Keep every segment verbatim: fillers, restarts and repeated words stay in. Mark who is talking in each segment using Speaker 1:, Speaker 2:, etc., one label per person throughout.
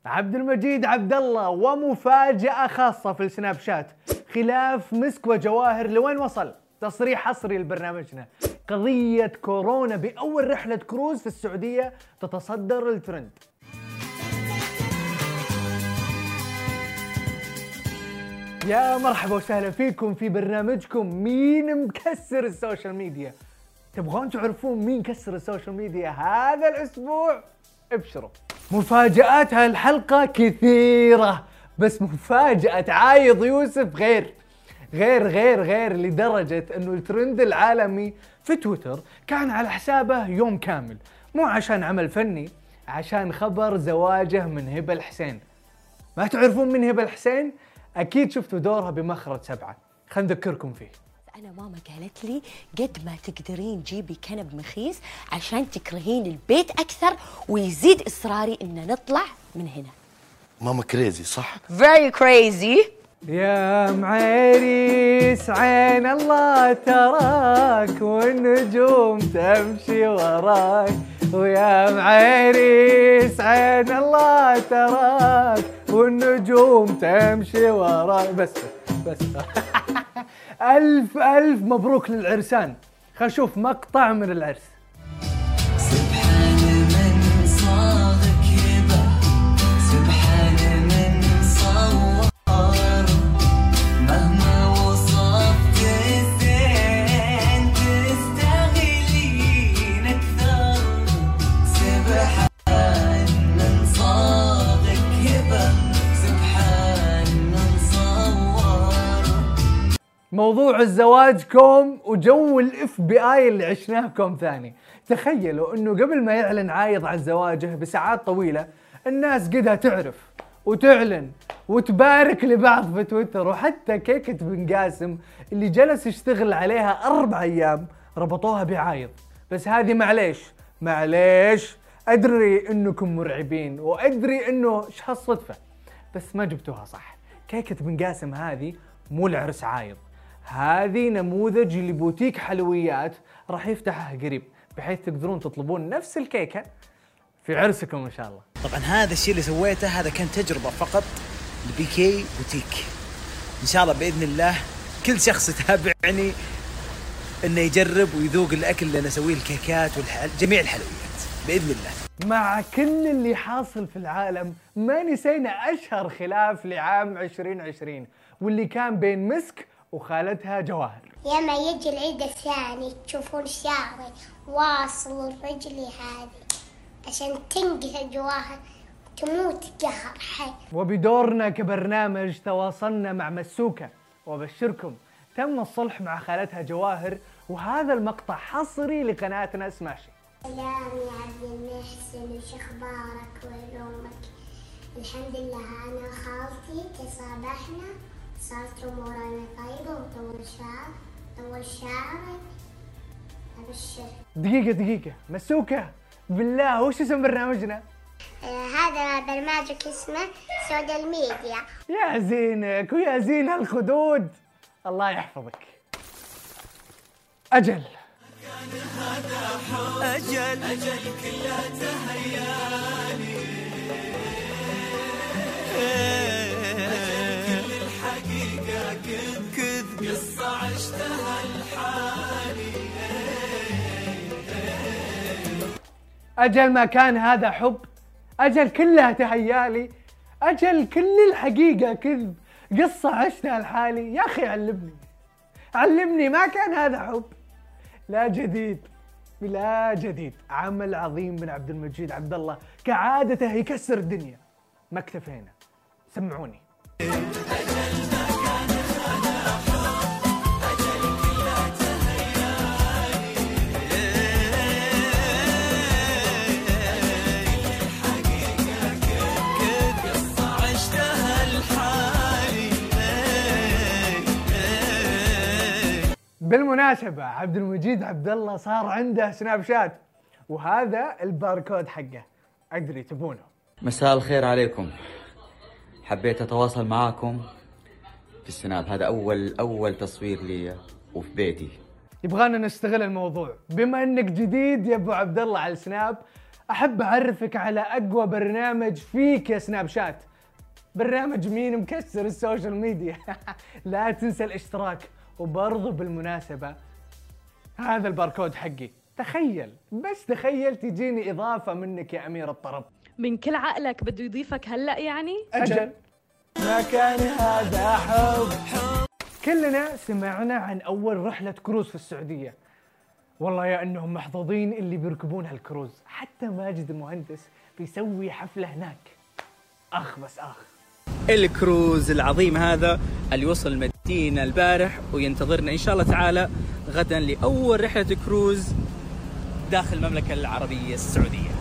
Speaker 1: عبد المجيد عبد الله ومفاجأة خاصة في السناب شات. خلاف مسك وجواهر لوين وصل؟ تصريح حصري لبرنامجنا. قضية كورونا بأول رحلة كروز في السعودية تتصدر الترند. يا مرحبا وسهلا فيكم في برنامجكم مين مكسر السوشيال ميديا. تبغون تعرفون مين كسر السوشيال ميديا هذا الأسبوع؟ ابشروا. مفاجآت هالحلقة كثيرة، بس مفاجأة عايض يوسف غير غير غير غير لدرجة انه الترند العالمي في تويتر كان على حسابه يوم كامل، مو عشان عمل فني، عشان خبر زواجه من هبة الحسين. ما تعرفون من هبة الحسين؟ اكيد شفتوا دورها بمخرج سبعة، خلينا نذكركم فيه.
Speaker 2: أنا ماما قالت لي قد ما تقدرين جيبي كنب مخيس عشان تكرهين البيت أكثر ويزيد إصراري إن نطلع من هنا.
Speaker 3: ماما كريزي صح؟
Speaker 2: Very crazy.
Speaker 1: يا معريس عين الله تراك والنجوم تمشي وراك، ويا معريس عين الله تراك والنجوم تمشي وراك. بس بس ألف ألف مبروك للعرسان. خلينا نشوف مقطع من العرس.
Speaker 4: سبحان من صادك يبا، سبحان من صور، مهما وصفت الزين تستغلين أكثر. سبحان من صادك يبا، سبحان من صور.
Speaker 1: موضوع الزواج كوم وجو الاف بي اي اللي عشناه كوم ثاني. تخيلوا انه قبل ما يعلن عايض عن زواجه بساعات طويلة الناس قدها تعرف وتعلن وتبارك لبعض في تويتر، وحتى كيكة بن قاسم اللي جلس يشتغل عليها اربع ايام ربطوها بعايض. بس هذه معليش معليش ادري انكم مرعبين وادري انه ايش هالصدفة، بس ما جبتوها صح. كيكة بن قاسم هذه مو العرس عايض، هذه نموذج لبوتيك حلويات راح يفتحه قريب، بحيث تقدرون تطلبون نفس الكيكة في عرسكم إن شاء الله.
Speaker 5: طبعا هذا الشيء اللي سويته هذا كان تجربة فقط لبيكي بوتيك. إن شاء الله بإذن الله كل شخص يتابعني إنه يجرب ويذوق الأكل اللي أنا أسويه، الكيكات وجميع الحلويات بإذن الله.
Speaker 1: مع كل اللي حاصل في العالم ما نسينا أشهر خلاف لعام عشرين عشرين واللي كان بين مسك وخالتها جواهر.
Speaker 6: ياما يجي العيد الثاني تشوفون شعري واصل رجلي هذه عشان تنقهر جواهر تموت قهر حي.
Speaker 1: وبدورنا كبرنامج تواصلنا مع مسوكة وبشركم تم الصلح مع خالتها جواهر، وهذا المقطع حصري لقناتنا سماشي.
Speaker 6: سلام يا عبد المحسن، وش اخبارك وين امك؟ الحمد لله انا خالتي تصابحنا صارت امورنا طيبه وطول شعر طول شعري ابشر.
Speaker 1: دقيقة دقيقة مسوكة بالله وش اسم برنامجنا؟
Speaker 6: آه هذا برنامجك اسمه سوشيال ميديا.
Speaker 1: يا زينك ويا زين هالخدود، الله يحفظك. أجل
Speaker 4: أجل أجل كلها تهيالي، كل الحقيقة كذب كذب قصة عشتها لحالي.
Speaker 1: أجل ما كان هذا حب، أجل كلها تهيالي، أجل كل الحقيقة كذب قصة عشتها لحالي. يا أخي علمني علمني، ما كان هذا حب. لا جديد بلا جديد، عمل عظيم من عبد المجيد عبد الله كعادته يكسر الدنيا. ما اكتفينا، سمعوني. بالمناسبة عبد المجيد عبد الله صار عنده سناب شات، وهذا الباركود حقه، أدري تبونه.
Speaker 7: مساء الخير عليكم، حبيت أتواصل معاكم في السناب. هذا أول أول تصوير لي وفي بيتي.
Speaker 1: يبغانا نستغل الموضوع، بما انك جديد يا ابو عبد الله على السناب، احب اعرفك على اقوى برنامج فيك يا سناب شات، برنامج مين مكسر السوشيال ميديا. لا تنسى الاشتراك، وبرضه بالمناسبة هذا الباركود حقي، تخيل بس تخيل تجيني اضافة منك يا امير الطرب.
Speaker 8: من كل عقلك بده يضيفك هلا يعني؟
Speaker 1: اجل ما كان هذا حب. كلنا سمعنا عن اول رحلة كروز في السعودية، والله يا انهم محظوظين اللي بيركبون هالكروز، حتى ماجد المهندس بيسوي حفلة هناك. اخ بس اخ.
Speaker 9: الكروز العظيم هذا اللي وصل المدينة البارح وينتظرنا إن شاء الله تعالى غدا لأول رحلة كروز داخل المملكة العربية السعودية.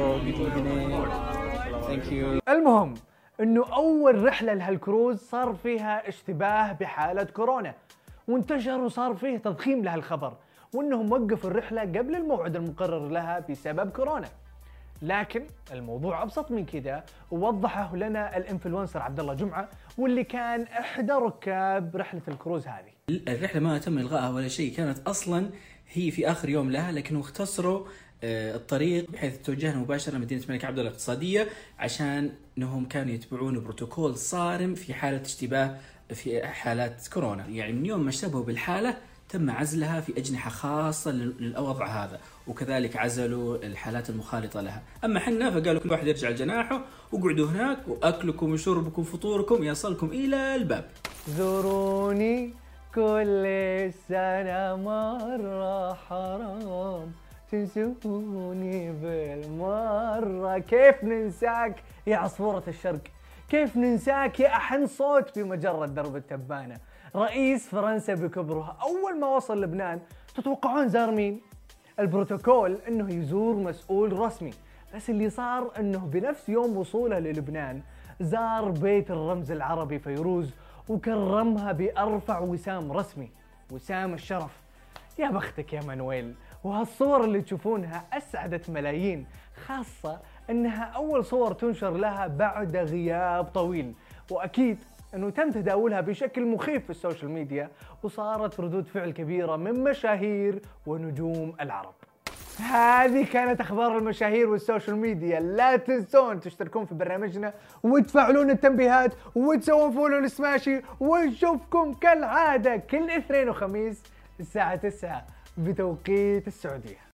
Speaker 1: المهم انه اول رحلة لهالكروز صار فيها اشتباه بحالة كورونا، وانتشر وصار فيه تضخيم لهالخبر، وانهم وقفوا الرحلة قبل الموعد المقرر لها بسبب كورونا. لكن الموضوع ابسط من كذا، ووضحه لنا الانفلونسر عبد الله جمعه، واللي كان احدى ركاب رحله الكروز هذه.
Speaker 10: الرحله ما تم الغائها ولا شيء، كانت اصلا هي في اخر يوم لها، لكنهم اختصروا الطريق بحيث توجهنا مباشره مدينه الملك عبد الله الاقتصاديه، عشان انهم كانوا يتبعون بروتوكول صارم في حاله اشتباه في حالات كورونا. يعني من يوم ما اشتبهوا بالحاله تم عزلها في أجنحة خاصة للوضع هذا، وكذلك عزلوا الحالات المخالطة لها. أما حنا فقالوا كل واحد يرجع لجناحه وقعدوا هناك، وأكلكم وشربكم وفطوركم يصلكم إلى الباب.
Speaker 1: زوروني كل سنة مرة، حرام تنسوني بالمرة. كيف ننساك يا عصفورة الشرق، كيف ننساك يا أحن صوت بمجرة درب التبانة. رئيس فرنسا بكبرها أول ما وصل لبنان تتوقعون زار مين؟ البروتوكول انه يزور مسؤول رسمي، بس اللي صار انه بنفس يوم وصوله للبنان زار بيت الرمز العربي فيروز وكرمها بأرفع وسام رسمي، وسام الشرف. يا بختك يا مانويل. وهالصور اللي تشوفونها أسعدت ملايين، خاصة انها اول صور تنشر لها بعد غياب طويل، واكيد انه تم تداولها بشكل مخيف في السوشيال ميديا، وصارت ردود فعل كبيرة من مشاهير ونجوم العرب. هذه كانت اخبار المشاهير والسوشيال ميديا. لا تنسون تشتركون في برنامجنا وتفعلون التنبيهات وتسوون فولو لسماشي، ونشوفكم كالعادة كل اثنين وخميس الساعة تسعة بتوقيت السعودية.